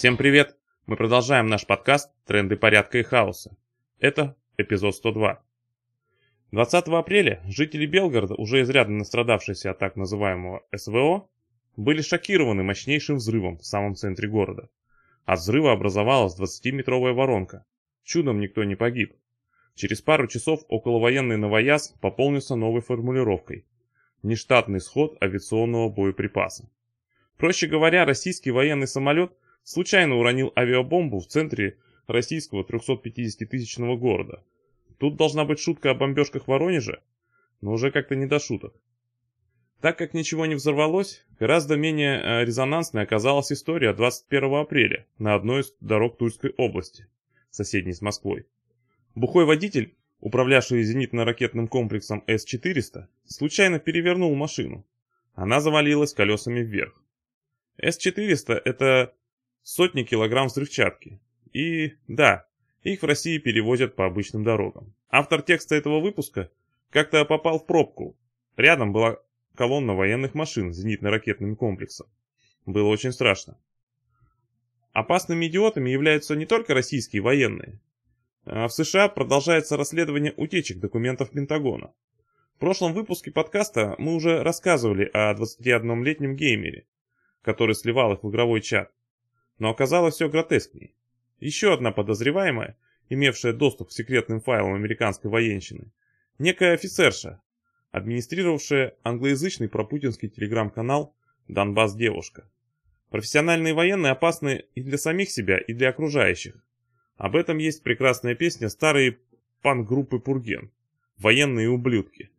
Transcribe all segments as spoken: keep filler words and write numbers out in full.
Всем привет! Мы продолжаем наш подкаст «Тренды порядка и хаоса». Это эпизод сто два. двадцатого апреля жители Белгорода, уже изрядно настрадавшиеся от так называемого эс вэ о, были шокированы мощнейшим взрывом в самом центре города. От взрыва образовалась двадцатиметровая воронка. Чудом никто не погиб. Через пару часов околовоенный Новояз пополнился новой формулировкой – нештатный сход авиационного боеприпаса. Проще говоря, российский военный самолет случайно уронил авиабомбу в центре российского трехсотпятидесятитысячного города. Тут должна быть шутка о бомбежках Воронежа, но уже как-то не до шуток. Так как ничего не взорвалось, гораздо менее резонансной оказалась история двадцать первого апреля на одной из дорог Тульской области, соседней с Москвой. Бухой водитель, управлявший зенитно-ракетным комплексом эс четыреста, случайно перевернул машину. Она завалилась колесами вверх. эс четыреста – это сотни килограмм взрывчатки. И да, их в России перевозят по обычным дорогам. Автор текста этого выпуска как-то попал в пробку. Рядом была колонна военных машин с зенитно-ракетным комплексом. Было очень страшно. Опасными идиотами являются не только российские военные. В США продолжается расследование утечек документов Пентагона. В прошлом выпуске подкаста мы уже рассказывали о двадцатиоднолетнем геймере, который сливал их в игровой чат. Но оказалось все гротескнее. Еще одна подозреваемая, имевшая доступ к секретным файлам американской военщины, некая офицерша, администрировавшая англоязычный пропутинский телеграм-канал «Донбасс-девушка». Профессиональные военные опасны и для самих себя, и для окружающих. Об этом есть прекрасная песня старой панк-группы Пурген «Военные ублюдки».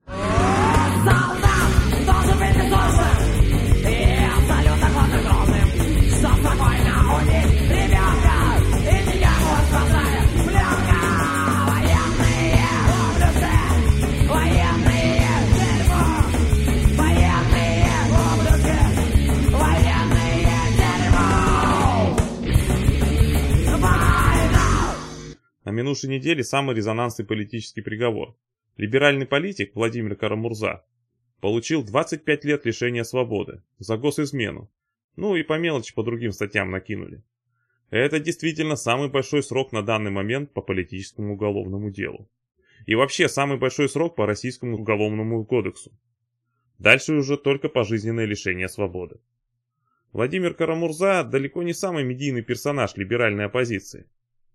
На минувшей неделе самый резонансный политический приговор. Либеральный политик Владимир Кара-Мурза получил двадцать пять лет лишения свободы за госизмену. Ну и по мелочи по другим статьям накинули. Это действительно самый большой срок на данный момент по политическому уголовному делу. И вообще самый большой срок по российскому уголовному кодексу. Дальше уже только пожизненное лишение свободы. Владимир Кара-Мурза далеко не самый медийный персонаж либеральной оппозиции.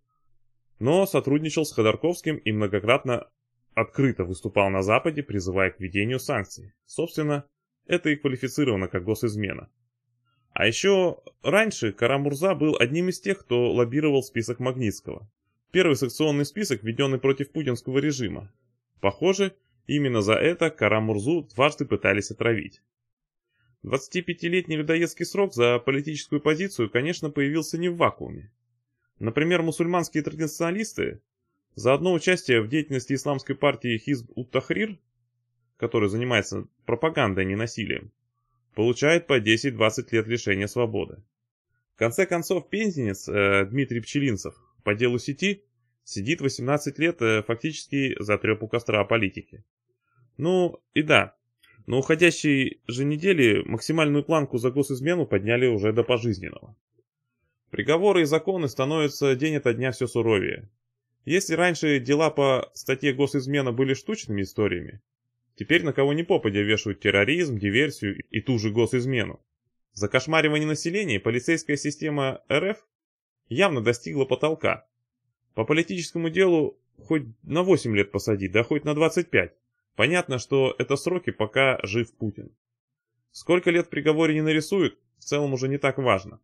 Но сотрудничал с Ходорковским и многократно открыто выступал на Западе, призывая к введению санкций. Собственно, это и квалифицировано как госизмена. А еще раньше Кара-Мурза был одним из тех, кто лоббировал список Магнитского. Первый санкционный список, введенный против путинского режима. Похоже, именно за это Кара-Мурзу дважды пытались отравить. двадцатипятилетний людоедский срок за политическую позицию, конечно, появился не в вакууме. Например, мусульманские традиционалисты за одно участие в деятельности исламской партии Хизб ут-Тахрир, которая занимается пропагандой, а не насилием, получают по десять-двадцать лет лишения свободы. В конце концов, пензенец э, Дмитрий Пчелинцев по делу сети сидит восемнадцать лет э, фактически за трёп у костра политики. Ну и да, на уходящей же неделе максимальную планку за госизмену подняли уже до пожизненного. Приговоры и законы становятся день ото дня все суровее. Если раньше дела по статье госизмена были штучными историями, теперь на кого ни попадя вешают терроризм, диверсию и ту же госизмену. За кошмаривание населения полицейская система эр эф явно достигла потолка. По политическому делу хоть на восемь лет посадить, да хоть на двадцать пять. Понятно, что это сроки, пока жив Путин. Сколько лет в приговоре не нарисуют, в целом уже не так важно.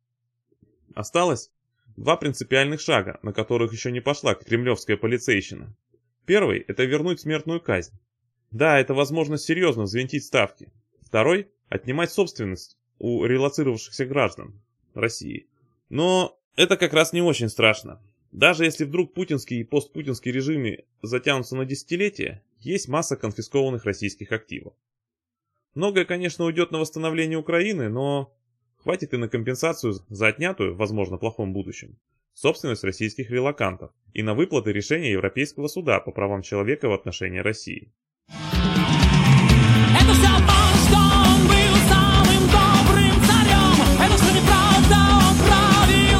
Осталось два принципиальных шага, на которых еще не пошла кремлевская полицейщина. Первый – это вернуть смертную казнь. Да, это возможность серьезно взвинтить ставки. Второй – отнимать собственность у релоцировавшихся граждан России. Но это как раз не очень страшно. Даже если вдруг путинский и постпутинский режимы затянутся на десятилетия, есть масса конфискованных российских активов. Многое, конечно, уйдет на восстановление Украины, но хватит и на компенсацию за отнятую, возможно, плохом будущем, собственность российских релокантов и на выплаты решения Европейского суда по правам человека в отношении России. Это все он, что он был самым добрым царем. Это все неправда, он правил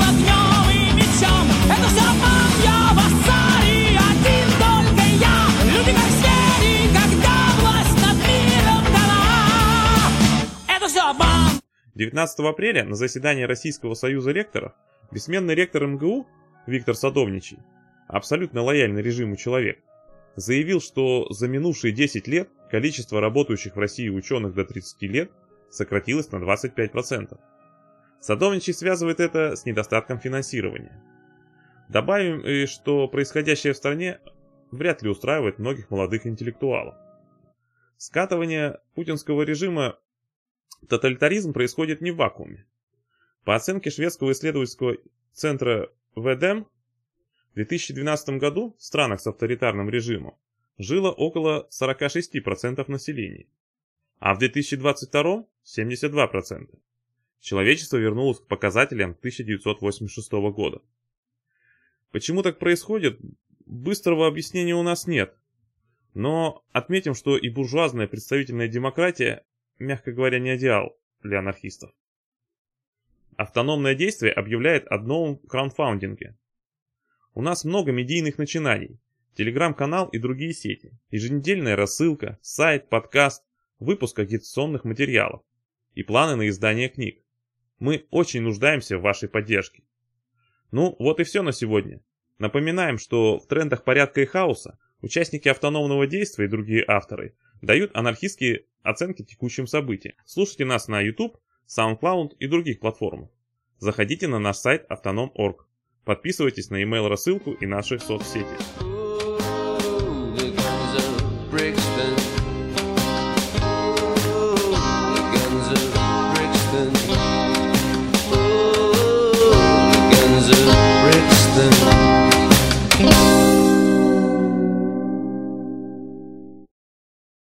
девятнадцатого апреля на заседании Российского союза ректоров бессменный ректор эм гэ у Виктор Садовничий, абсолютно лояльный режиму человек, заявил, что за минувшие десять лет количество работающих в России ученых до тридцати лет сократилось на двадцать пять процентов. Садовничий связывает это с недостатком финансирования. Добавим, что происходящее в стране вряд ли устраивает многих молодых интеллектуалов. Скатывание путинского режима в тоталитаризм происходит не в вакууме. По оценке шведского исследовательского центра вэ дэ эм, в две тысячи двенадцатом году в странах с авторитарным режимом жило около сорок шесть процентов населения, а в две тысячи двадцать втором – семьдесят два процента. Человечество вернулось к показателям тысяча девятьсот восемьдесят шестого года. Почему так происходит, быстрого объяснения у нас нет. Но отметим, что и буржуазная представительная демократия, мягко говоря, не идеал для анархистов. Автономное действие объявляет о новом краундфандинге. У нас много медийных начинаний. Телеграм-канал и другие сети. Еженедельная рассылка, сайт, подкаст, выпуск агитационных материалов. И планы на издание книг. Мы очень нуждаемся в вашей поддержке. Ну, вот и все на сегодня. Напоминаем, что в трендах порядка и хаоса участники автономного действия и другие авторы дают анархистские оценки текущим событиям. Слушайте нас на YouTube, SoundCloud и других платформах. Заходите на наш сайт автоном точка орг. Подписывайтесь на email-рассылку и наши соцсети.